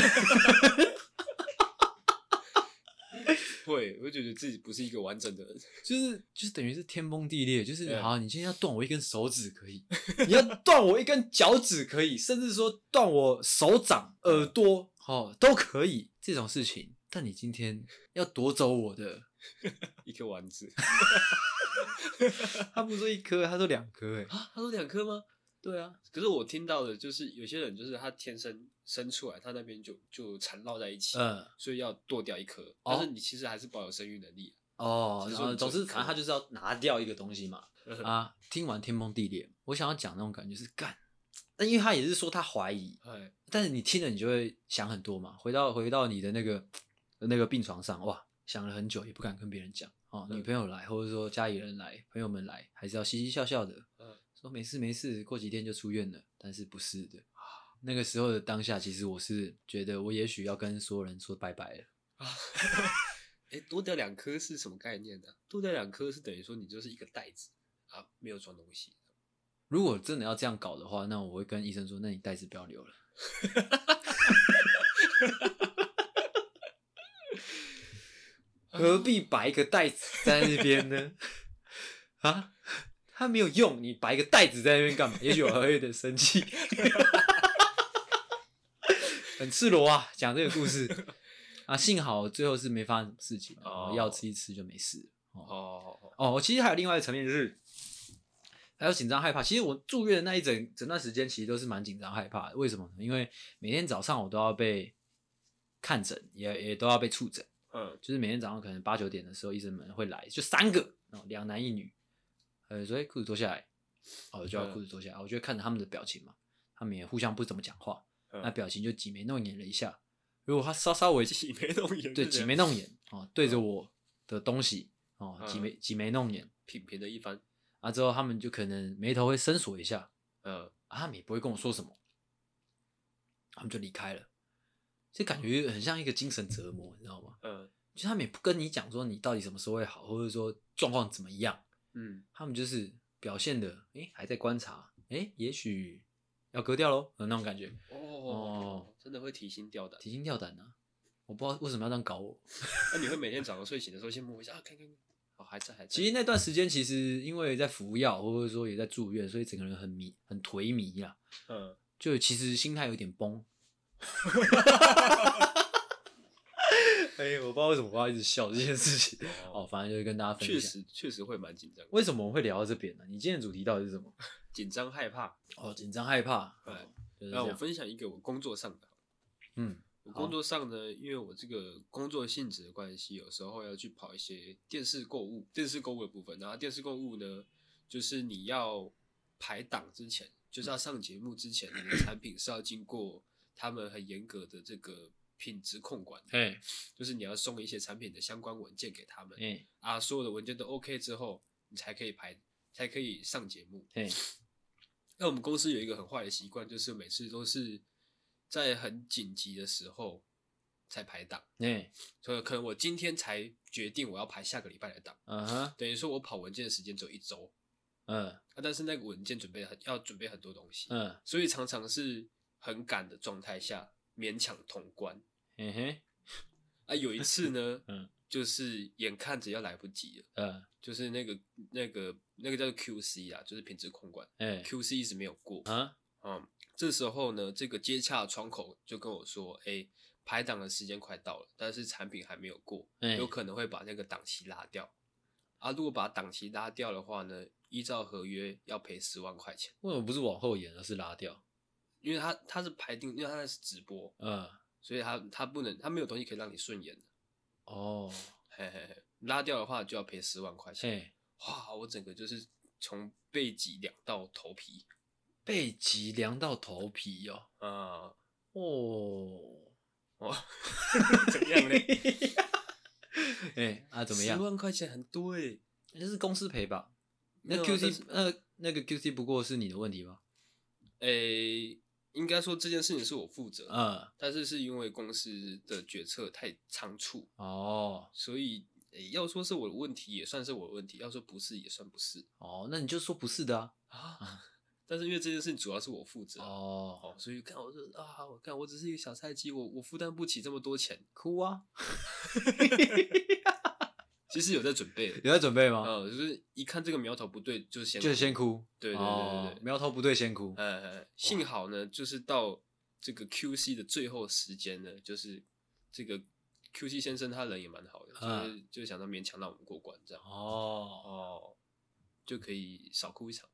会，我觉得自己不是一个完整的人， 就是等于是天崩地裂，就是好，你今天要断我一根手指可以，你要断我一根脚趾可以，甚至说断我手掌、耳朵，都可以这种事情。但你今天要夺走我的一颗丸子。 他不是说1颗，他说2颗。 他说2颗吗？ 对啊。 可是我听到的就是有些人就是他天生生出来，他那边就缠绕在一起，所以要剁掉1颗。但是你其实还是保有生育能力。 总之反正他就是要拿掉一个东西嘛。听完天崩地裂，我想要讲那种感觉是干， 但因为他也是说他怀疑，但是你听了你就会想很多嘛，回到你的那个病床上，哇，想了很久也不敢跟别人讲哦，女朋友来或者说家里人来，朋友们来，还是要嘻嘻笑笑的，说没事没事，过几天就出院了，但是不是的。那个时候的当下，其实我是觉得我也许要跟所有人说拜拜了。 多掉2颗是什么概念呢？多掉2颗是等于说你就是一个袋子啊，没有装东西。 如果真的要这样搞的话，那我会跟医生说，那你袋子不要留了。何必摆一个袋子在那边呢？啊，它没有用，你摆一个袋子在那边干嘛？也许我还会有点生气。很赤裸啊，讲这个故事啊，幸好最后是没发生什么事情，药吃一吃就没事。其实还有另外一个层面，就是还有紧张害怕。其实我住院的那一整段时间，其实都是蛮紧张害怕的。为什么呢？因为每天早上我都要被看诊，也都要被触诊。就是每天早上可能8、9点的时候，医生们会来，就3个，2男1女，所以裤子脱下来，我就要裤子脱下来，我就会看着他们的表情嘛，他们也互相不怎么讲话，那表情就挤眉弄眼了一下。如果他稍微挤眉弄眼， 对，挤眉弄眼对着我的东西挤眉弄眼， 品评的一番之后他们就可能眉头会深锁一下，他们也不会跟我说什么，他们就离开了。这感觉很像一个精神折磨，你知道吗？就他们也不跟你讲说你到底什么时候会好，或者说状况怎么样，他们就是表现的，还在观察，也许要割掉咯，那种感觉。 真的会提心吊胆， 提心吊胆啊！我不知道为什么要这样搞我。 那你会每天早上睡醒的时候先摸一下看，还在。 其实那段时间其实因为在服药，或者说也在住院，所以整个人很颓靡啦。就其实心态有点崩。我不知道为什么我要一直笑这件事情。反正就是跟大家分享。 确实会蛮紧张。 为什么我们会聊到这边呢？你今天的主题到底是什么？ 紧张害怕。 紧张害怕。 那我分享一个我工作上的。我工作上呢，因为我这个工作性质的关系，有时候要去跑一些电视购物的部分。然后电视购物呢，就是你要排档之前，就是要上节目之前，你的产品是要经过他们很严格的这个品质控管。就是你要送一些产品的相关文件给他们。所有的文件都 OK 之后，你才可以上节目。那我们公司有一个很坏的习惯，就是每次都是在很紧急的时候才排档。所以可能我今天才决定我要排下个礼拜的档。等于说我跑文件的时间只有1周。但是那个文件要准备很多东西。所以常常是很赶的状态下勉强通关。有一次呢，就是眼看着要来不及了。就是那个叫做 QC 啊，就是品质控管。QC 一直没有过。这时候呢，这个接洽窗口就跟我说，排档的时间快到了，但是产品还没有过，有可能会把那个档期拉掉。如果把档期拉掉的话呢，依照合约要赔10万块钱。 为什么不是往后延，而是拉掉？ 因为它是排定，因为它是直播。所以它不能，它没有东西可以让你顺延的。拉掉的话就要赔10万块钱。我整个就是从背脊凉到头皮。 背脊凉到头皮怎么样呢？ 怎么样？ 10万块钱很多那是公司赔吧？那 QC 那个 QC 不过是你的问题吗？ 应该说这件事情是我负责。但是因为公司的决策太仓促。所以要说是我的问题也算是我的问题，要说不是也算不是。 那你就说不是的但是因为这件事情主要是我负责。所以看我就我只是一个小菜鸡，我负担不起这么多钱。 哭啊。 其实有在准备。 有在准备吗？ 就是一看这个苗头不对就先哭。对，苗头不对先哭。 幸好呢，就是到这个 QC 的最后时间呢，就是这个 QC 先生他人也蛮好的，就是想到勉强让我们过关这样。就可以少哭一场。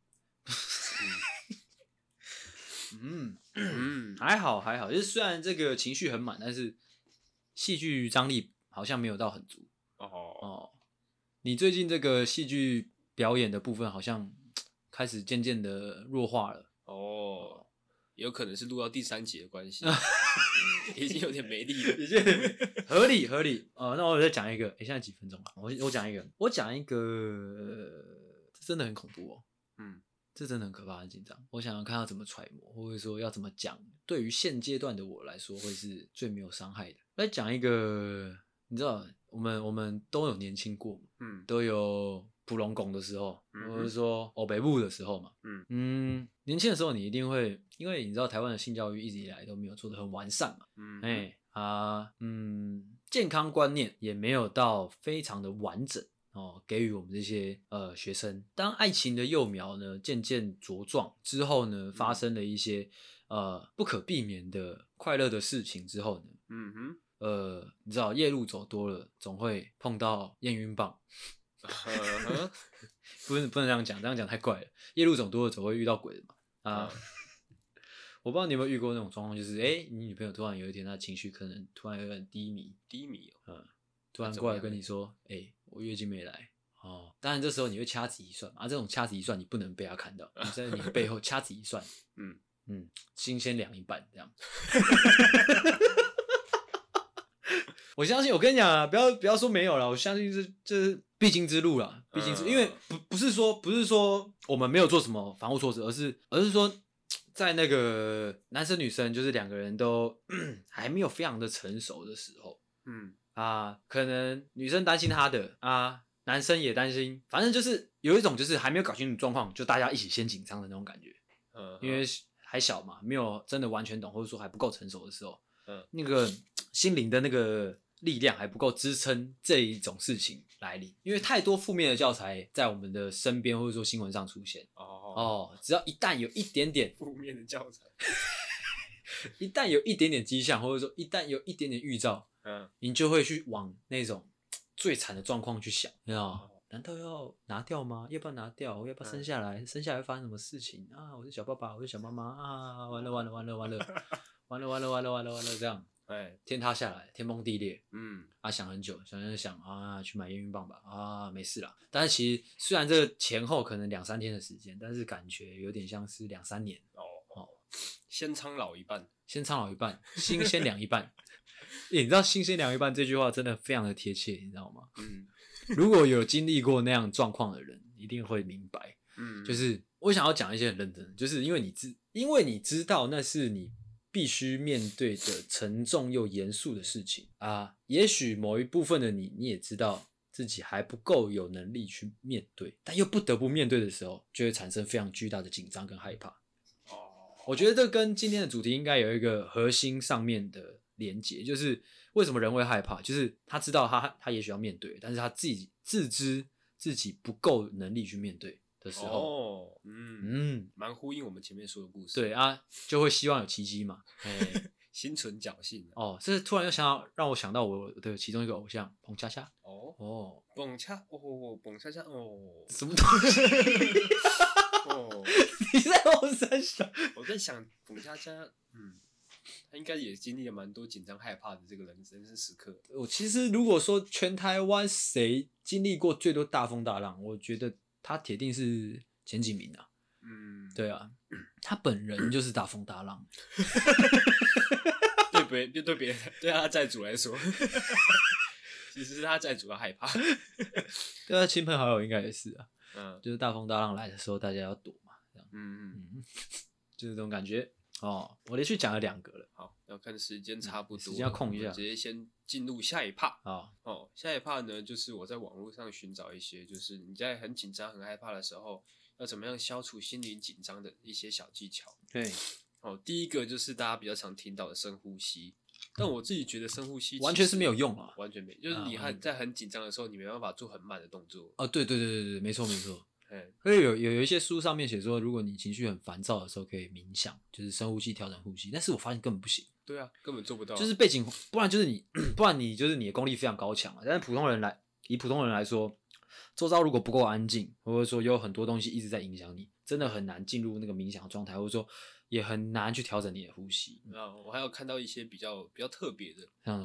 还好，就是虽然这个情绪很满，但是戏剧张力好像没有到很足。你最近这个戏剧表演的部分好像开始渐渐的弱化了。 有可能是录到第3集的关系，已经有点没力了， 已经合理那我再讲一个，现在几分钟了？我讲一个，这真的很恐怖哦，这真的很可怕，很紧张。我想要看要怎么揣摩，或者说要怎么讲，对于现阶段的我来说，会是最没有伤害的。来讲一个，你知道，我们都有年轻过，都有普龙拱的时候，或者说北部的时候嘛，年轻的时候你一定会，因为你知道台湾的性教育一直以来都没有做得很完善嘛，健康观念也没有到非常的完整。给予我们这些学生，当爱情的幼苗呢渐渐茁壮之后呢，发生了一些不可避免的快乐的事情之后呢，你知道夜路走多了，总会碰到验孕棒。不能这样讲，这样讲太怪了。夜路走多了，总会遇到鬼的嘛。我不知道你有没有遇过那种状况，就是你女朋友突然有一天她情绪可能突然有点低迷突然过来跟你说，我月经没来当然这时候你会掐指一算这种掐指一算你不能被她看到，你在你的背后掐指一算，心先凉一半这样。我相信，我跟你讲啊，不要说没有啦，我相信这是必经之路啦，必经之路，因为不是说我们没有做什么防护措施，而是说在那个男生女生就是2个人都还没有非常的成熟的时候，可能女生担心她的男生也担心，反正就是有一种就是还没有搞清楚状况，就大家一起先紧张的那种感觉。因为还小嘛，没有真的完全懂，或者说还不够成熟的时候，那个心灵的那个力量还不够支撑这一种事情来临。因为太多负面的教材在我们的身边或者说新闻上出现。只要一旦有一点点负面的教材， 一旦有一点点迹象，或者说一旦有一点点预兆，你就会去往那种最惨的状况去想，你知道吗？难道要拿掉吗？要不要拿掉？我要不要生下来？生下来会发生什么事情我是小爸爸，我是小妈妈完了，这样，天塌下来，天崩地裂，想很久，想去买验孕棒吧，没事啦。但是其实虽然这个前后可能2-3天的时间，但是感觉有点像是2-3年。 先苍老一半， 心先凉一半。你知道心先凉一半这句话真的非常的贴切，你知道吗？如果有经历过那样状况的人，一定会明白。就是我想要讲一些很认真的，就是因为你知道那是你必须面对的沉重又严肃的事情也许某一部分的你也知道自己还不够有能力去面对，但又不得不面对的时候，就会产生非常巨大的紧张跟害怕。我觉得这跟今天的主题应该有一个核心上面的连结，就是为什么人会害怕，就是他知道他也许要面对，但是他自知自己不够能力去面对的时候， 蛮呼应我们前面说的故事。 对就会希望有奇迹嘛， 心存侥幸。 这突然又让我想到我的其中一个偶像彭恰恰。 彭恰恰什么东西？你在我三小？ 我在想彭恰恰，他应该也经历了蛮多紧张害怕的这个人生时刻。 我其实如果说全台湾谁经历过最多大风大浪，我觉得他铁定是前几名啊。对啊，他本人就是大风大浪。 对别人对他债主来说，其实是他债主要害怕。 对他亲朋好友应该也是就是大风大浪来的时候，大家要躲嘛，这样。就是这种感觉。我连续讲了2个了。 好，要看时间差不多， 时间要空一下， 直接先进入下一 part。下一 part 呢，就是我在网络上寻找一些，就是你在很紧张、很害怕的时候，要怎么样消除心灵紧张的一些小技巧。 对。 第一个就是大家比较常听到的深呼吸，但我自己觉得深呼吸完全是没有用啊， 完全没，就是你在很紧张的时候，你没办法做很慢的动作。 对，没错。所以有一些书上面写说，如果你情绪很烦躁的时候，可以冥想，就是深呼吸调整呼吸。但是我发现根本不行。 对啊，根本做不到。 就是背景，不然你就是你的功力非常高强但是以普通人来说，周遭如果不够安静，或者说有很多东西一直在影响你，真的很难进入那个冥想的状态，或者说也很难去调整你的呼吸。 我还有看到一些比较特别的， 像什么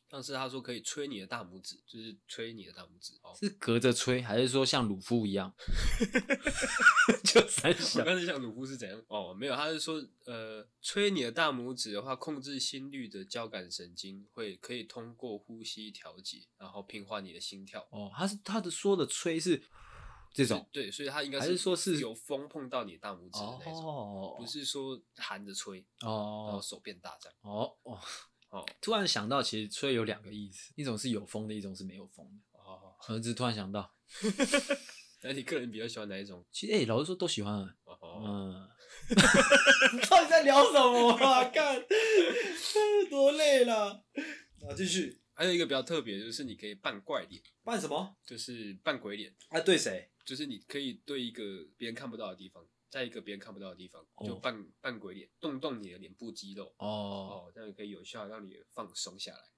像是他说可以吹你的大拇指，就是吹你的大拇指。哦， 是隔着吹，还是说像鲁夫一样？就三小。 我刚才想鲁夫是怎样？哦，没有，他是说吹你的大拇指的话，控制心率的交感神经可以通过呼吸调节，然后平缓你的心跳。 哦，他的说的吹是这种， 对，所以他应该还是说是有风碰到你的大拇指的那种， 哦， 不是说含着吹哦， 然后手变大这样。 哦，突然想到，其实吹有2个意思，一种是有风的，一种是没有风的。 哦， 儿子突然想到， 那你个人比较喜欢哪一种？ 其实老实说都喜欢啊。 哦， 到底在聊什么啊？看，多累了。继续。 还有一个比较特别的就是你可以扮怪脸。 扮什么？ 就是扮鬼脸。 啊，对谁？ 就是你可以对一个别人看不到的地方，在一个别人看不到的地方，就扮鬼脸，动你的脸部肌肉。这样可以有效让你放松下来。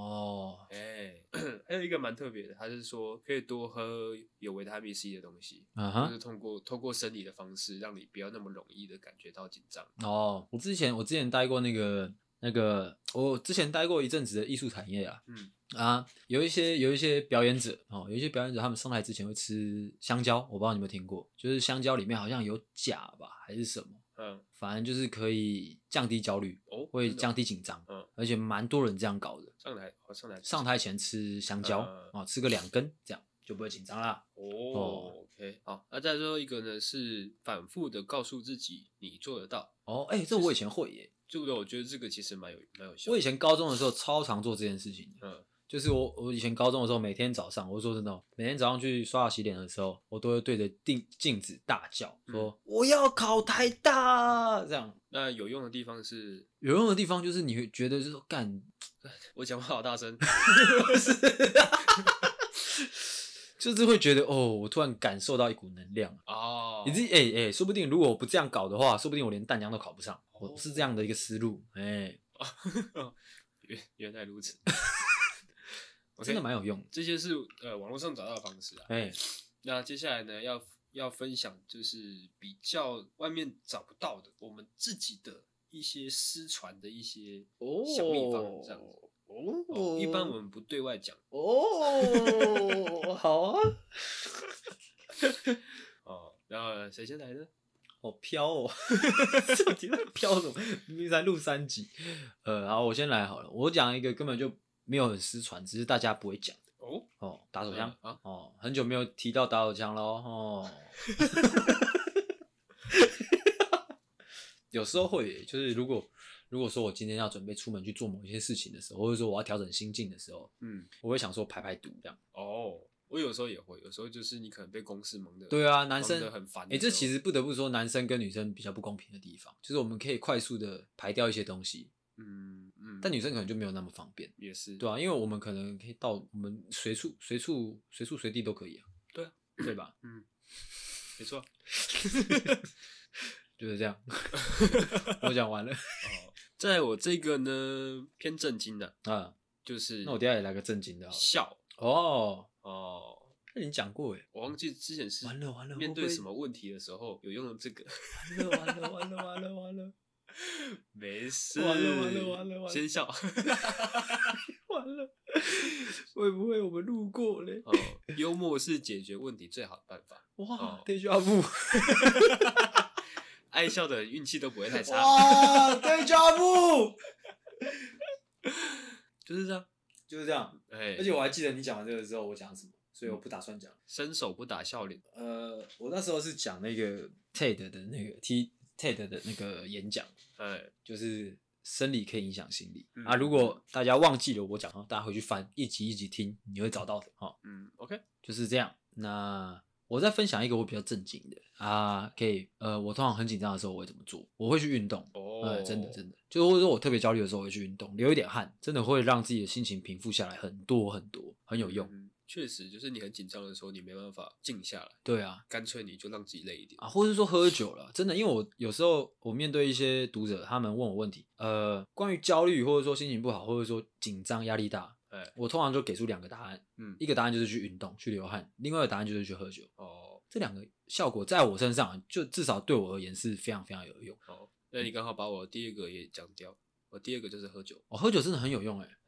还有一个蛮特别的，他是说可以多喝有维他命 C 的东西，就是透过生理的方式，让你不要那么容易的感觉到紧张。 我之前待过我之前待过一阵子的艺术产业啊。有一些表演者有一些表演者他们上台之前会吃香蕉，我不知道你有没有听过，就是香蕉里面好像有钾吧还是什么，反正就是可以降低焦虑，会降低紧张，而且蛮多人这样搞的。上台前吃香蕉吃个2根，这样就不会紧张啦。 OK， 好，那再最后一个呢是反复的告诉自己你做得到。 这我以前会耶。 对，我觉得这个其实蛮有效的。 我以前高中的时候超常做这件事情的。就是我以前高中的时候，每天早上，我说真的，每天早上去刷牙洗脸的时候，我都会对着镜子大叫，说我要考台大，这样。 那有用的地方是？ 有用的地方就是你会觉得就是说干， 我讲话好大声， 就是会觉得我突然感受到一股能量说不定如果我不这样搞的话，说不定我连淡江都考不上。我是这样的一个思路， 原来如此。 真的蛮有用的。 这些是网络上找到的方式啊。那接下来呢，要分享就是比较外面找不到的，我们自己的一些失传的一些小秘方，这样子。一般我们不对外讲。 好啊。 然后谁先来呢？ 飘到底在飘什么？明明才录3集。好，我先来好了。我讲一个根本就没有很失传，只是大家不会讲的。打手枪。很久没有提到打手枪咯。有时候会，就是如果说我今天要准备出门去做某一些事情的时候，或者说我要调整心境的时候，我会想说排毒这样。 我有时候也会，有时候就是你可能被公事忙的， 对啊，男生很烦。 这其实不得不说，男生跟女生比较不公平的地方，就是我们可以快速的排掉一些东西，但女生可能就没有那么方便， 也是， 对啊，因为我们可能可以到我们随处随地都可以啊， 对啊， 对吧？ 没错， 就是这样。我讲完了。 在我这个呢偏正经的就是那我等一下也来个正经的笑。 那你讲过耶， 我忘记之前是完了面对什么问题的时候有用的这个。 完了， 没事， 完了， 先笑。 完了，会不会我们路过嘞？ 幽默是解决问题最好的办法。 哇，Deja vu。 爱笑的运气都不会太差。 哇，Deja vu。 就是这样。 而且我还记得你讲完这个之后我讲什么，所以我不打算讲。 伸手不打笑脸。 我那时候是讲那个 TED 的那个 TED 的那个演讲，就是生理可以影响心理如果大家忘记了我讲，大家回去翻一集一集听，你会找到的。 OK， 就是这样。那我再分享一个我比较正经的可以我通常很紧张的时候我会怎么做？我会去运动。真的，就或者说我特别焦虑的时候我会去运动，流一点汗，真的会让自己的心情平复下来很多，很有用。 确实，就是你很紧张的时候，你没办法静下来。 对啊， 干脆你就让自己累一点或者说喝酒了。真的，因为我有时候我面对一些读者，他们问我问题，关于焦虑或者说心情不好，或者说紧张、压力大，我通常就给出2个答案。一个答案就是去运动、去流汗，另外一个答案就是去喝酒。这2个效果在我身上，就至少对我而言是非常非常有用。 那你刚好把我第2个也讲掉。我第2个就是喝酒。 喝酒真的很有用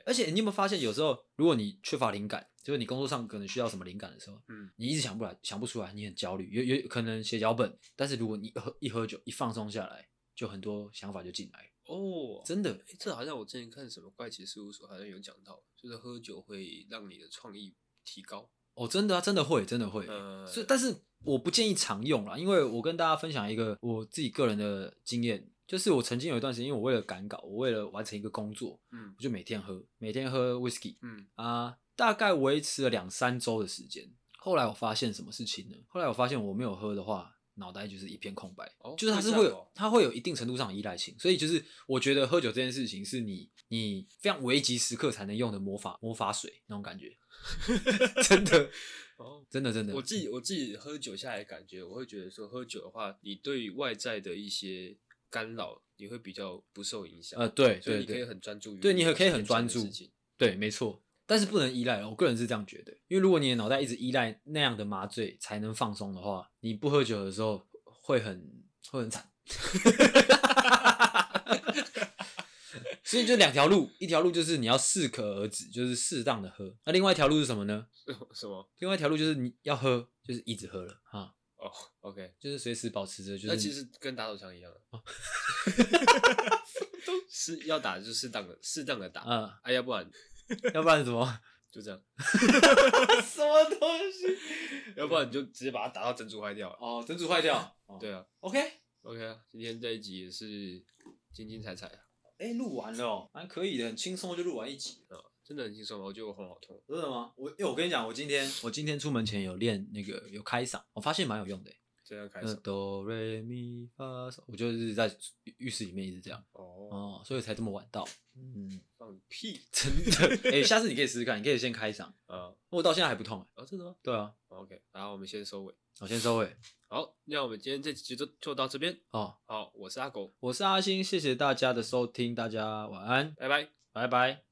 而且你有没有发现，有时候如果你缺乏灵感，就是你工作上可能需要什么灵感的时候，你一直想不出来，你很焦虑，有可能写脚本，但是如果你一喝酒，一放松下来，就很多想法就进来。 哦， 真的， 这好像我之前看什么怪奇事务所好像有讲到，就是喝酒会让你的创意提高。 哦，真的啊，真的会。所以，但是我不建议常用啦，因为我跟大家分享一个我自己个人的经验，就是我曾经有一段时间，因为我为了赶稿，我为了完成一个工作，我就每天喝 whisky，大概维持了2-3周的时间。后来我发现什么事情呢？后来我发现我没有喝的话，脑袋就是一片空白，就是它会有一定程度上的依赖性，所以就是我觉得喝酒这件事情是你非常危急时刻才能用的魔法水那种感觉。真的，真的。 我自己喝酒下来的感觉，我会觉得说，喝酒的话，你对于外在的一些干扰，你会比较不受影响。 对， 所以你可以很专注于对，你可以很专注，对，没错。但是不能依赖，我个人是这样觉得，因为如果你的脑袋一直依赖那样的麻醉才能放松的话，你不喝酒的时候会很惨。所以就2条路，一条路就是你要适可而止，就是适当的喝。那另外一条路是什么呢？ 什么？ 另外一条路就是你要喝，就是一直喝了啊。 OK， 就是随时保持着，就是那其实跟打手枪一样是要打就适当的打，要不然什么？ 就这样。 什么东西？ 要不然你就直接把它打到珍珠坏掉了。 哦，珍珠坏掉。 对啊。 OK 啊，今天这一集也是精彩啊。 录完了哦，蛮可以的，很轻松就录完一集。 真的很轻松，我觉得我喉咙好痛。 真的吗？因为我跟你讲，我今天出门前有练那个有开嗓，我发现蛮有用的。 这样开嗓。 哆来咪发嗦，我就是在浴室里面一直这样。所以才这么晚到。 放屁！ 真的。下次你可以试试看，你可以先开嗓。我到现在还不痛。 真的吗？ 对啊。 OK， 然后我们先收尾。 好， 那我们今天这集就到这边。好，我是阿狗， 我是阿星，谢谢大家的收听，大家晚安， 拜拜。